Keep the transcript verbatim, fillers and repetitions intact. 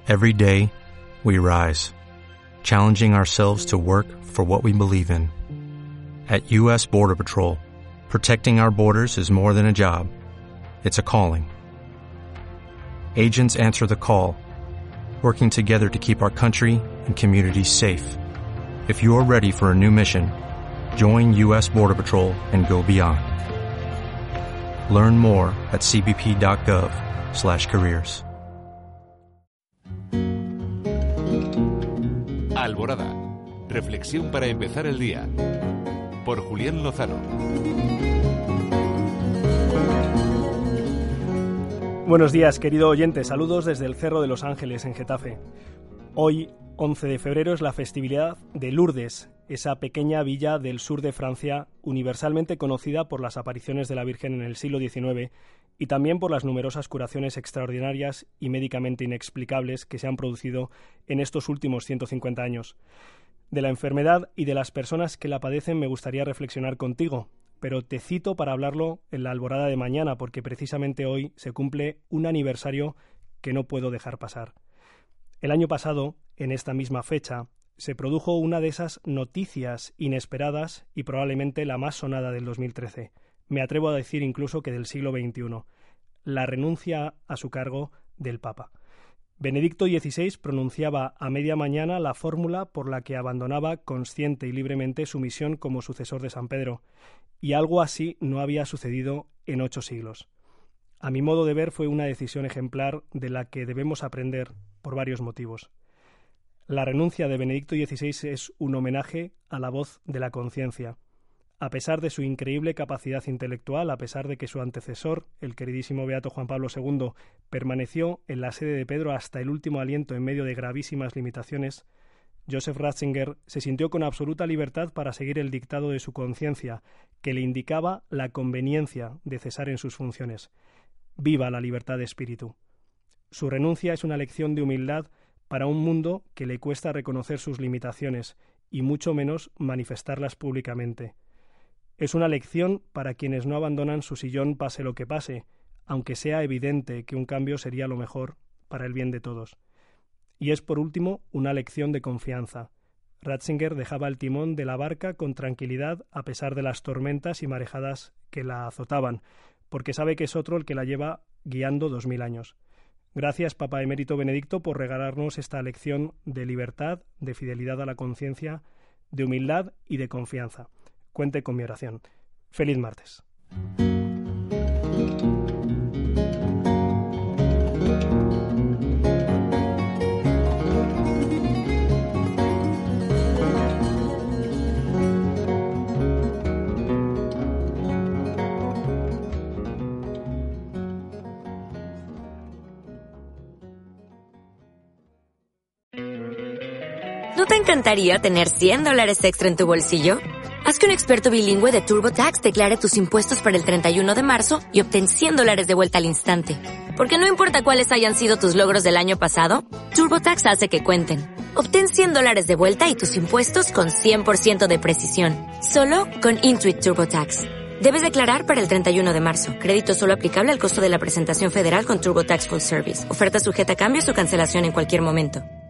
Every day, we rise, challenging ourselves to work for what we believe in. At U S Border Patrol, protecting our borders is more than a job. It's a calling. Agents answer the call, working together to keep our country and communities safe. If you're ready for a new mission, join U S Border Patrol and go beyond. Learn more at c b p dot gov slash careers. Alborada. Reflexión para empezar el día. Por Julián Lozano. Buenos días, querido oyente. Saludos desde el Cerro de los Ángeles, en Getafe. Hoy, once de febrero, es la festividad de Lourdes, esa pequeña villa del sur de Francia, universalmente conocida por las apariciones de la Virgen en el siglo diecinueve y también por las numerosas curaciones extraordinarias y médicamente inexplicables que se han producido en estos últimos ciento cincuenta años. De la enfermedad y de las personas que la padecen me gustaría reflexionar contigo, pero te cito para hablarlo en la alborada de mañana, porque precisamente hoy se cumple un aniversario que no puedo dejar pasar. El año pasado, en esta misma fecha, se produjo una de esas noticias inesperadas y probablemente la más sonada del dos mil trece. Me atrevo a decir incluso que del siglo veintiuno. La renuncia a su cargo del Papa. Benedicto dieciséis pronunciaba a media mañana la fórmula por la que abandonaba consciente y libremente su misión como sucesor de San Pedro, y algo así no había sucedido en ocho siglos. A mi modo de ver, fue una decisión ejemplar de la que debemos aprender por varios motivos. La renuncia de Benedicto dieciséis es un homenaje a la voz de la conciencia. A pesar de su increíble capacidad intelectual, a pesar de que su antecesor, el queridísimo beato Juan Pablo segundo, permaneció en la sede de Pedro hasta el último aliento en medio de gravísimas limitaciones, Joseph Ratzinger se sintió con absoluta libertad para seguir el dictado de su conciencia, que le indicaba la conveniencia de cesar en sus funciones. ¡Viva la libertad de espíritu! Su renuncia es una lección de humildad para un mundo que le cuesta reconocer sus limitaciones y mucho menos manifestarlas públicamente. Es una lección para quienes no abandonan su sillón pase lo que pase, aunque sea evidente que un cambio sería lo mejor para el bien de todos. Y es, por último, una lección de confianza. Ratzinger dejaba el timón de la barca con tranquilidad a pesar de las tormentas y marejadas que la azotaban, porque sabe que es otro el que la lleva guiando dos mil años. Gracias, Papa Emérito Benedicto, por regalarnos esta lección de libertad, de fidelidad a la conciencia, de humildad y de confianza. Cuente con mi oración. Feliz martes. ¿No te encantaría tener cien dólares extra en tu bolsillo? Haz que un experto bilingüe de TurboTax declare tus impuestos para el treinta y uno de marzo y obtén cien dólares de vuelta al instante. Porque no importa cuáles hayan sido tus logros del año pasado, TurboTax hace que cuenten. Obtén cien dólares de vuelta y tus impuestos con cien por ciento de precisión. Solo con Intuit TurboTax. Debes declarar para el treinta y uno de marzo. Crédito solo aplicable al costo de la presentación federal con TurboTax Full Service. Oferta sujeta a cambios o cancelación en cualquier momento.